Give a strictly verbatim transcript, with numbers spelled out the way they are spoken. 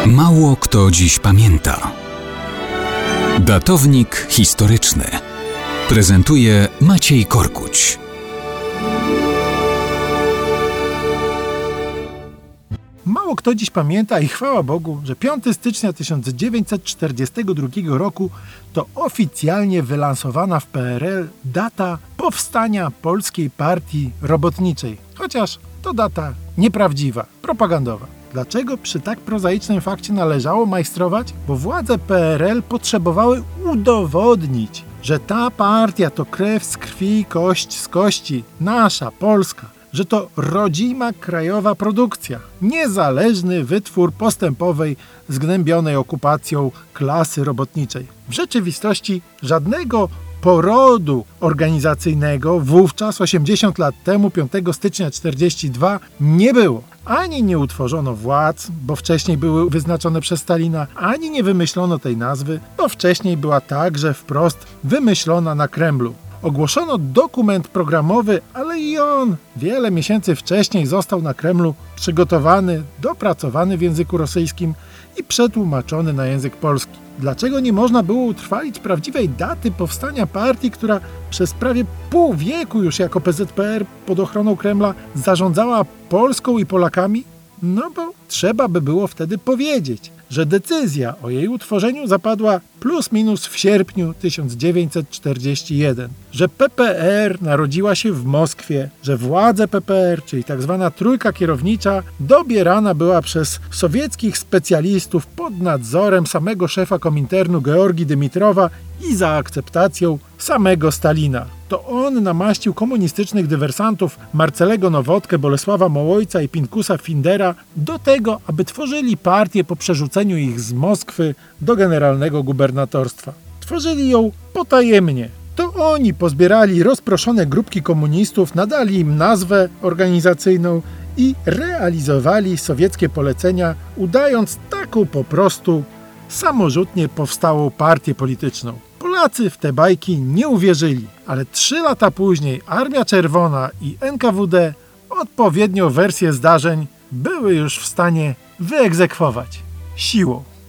Mało kto dziś pamięta. Datownik historyczny prezentuje Maciej Korkuć. Mało kto dziś pamięta i chwała Bogu, że piątego stycznia tysiąc dziewięćset czterdziestego drugiego roku to oficjalnie wylansowana w P R L data powstania Polskiej Partii Robotniczej. Chociaż to data nieprawdziwa, propagandowa. Dlaczego przy tak prozaicznym fakcie należało majstrować? Bo władze P R L potrzebowały udowodnić, że ta partia to krew z krwi, kość z kości, nasza, polska. Że to rodzima krajowa produkcja, niezależny wytwór postępowej, zgnębionej okupacją klasy robotniczej. W rzeczywistości żadnego porodu organizacyjnego wówczas, osiemdziesiąt lat temu, piątego stycznia czterdziestego drugiego, nie było. Ani nie utworzono władz, bo wcześniej były wyznaczone przez Stalina, ani nie wymyślono tej nazwy, bo wcześniej była także wprost wymyślona na Kremlu. Ogłoszono dokument programowy, ale i on wiele miesięcy wcześniej został na Kremlu przygotowany, dopracowany w języku rosyjskim i przetłumaczony na język polski. Dlaczego nie można było utrwalić prawdziwej daty powstania partii, która przez prawie pół wieku już jako P Z P R pod ochroną Kremla zarządzała Polską i Polakami? No bo trzeba by było wtedy powiedzieć, że decyzja o jej utworzeniu zapadła plus minus w sierpniu tysiąc dziewięćset czterdziestego pierwszego, że P P R narodziła się w Moskwie, że władze P P R, czyli tak zwana trójka kierownicza, dobierana była przez sowieckich specjalistów pod nadzorem samego szefa Kominternu Georgii Dymitrowa i za akceptacją samego Stalina. To on namaścił komunistycznych dywersantów Marcelego Nowotkę, Bolesława Mołojca i Pinkusa Findera do tego, aby tworzyli partię po przerzuceniu ich z Moskwy do generalnego gubernatorstwa. Tworzyli ją potajemnie. To oni pozbierali rozproszone grupki komunistów, nadali im nazwę organizacyjną i realizowali sowieckie polecenia, udając taką po prostu samorzutnie powstałą partię polityczną. Polacy w te bajki nie uwierzyli, ale trzy lata później Armia Czerwona i N K W D odpowiednią wersję zdarzeń były już w stanie wyegzekwować siłą.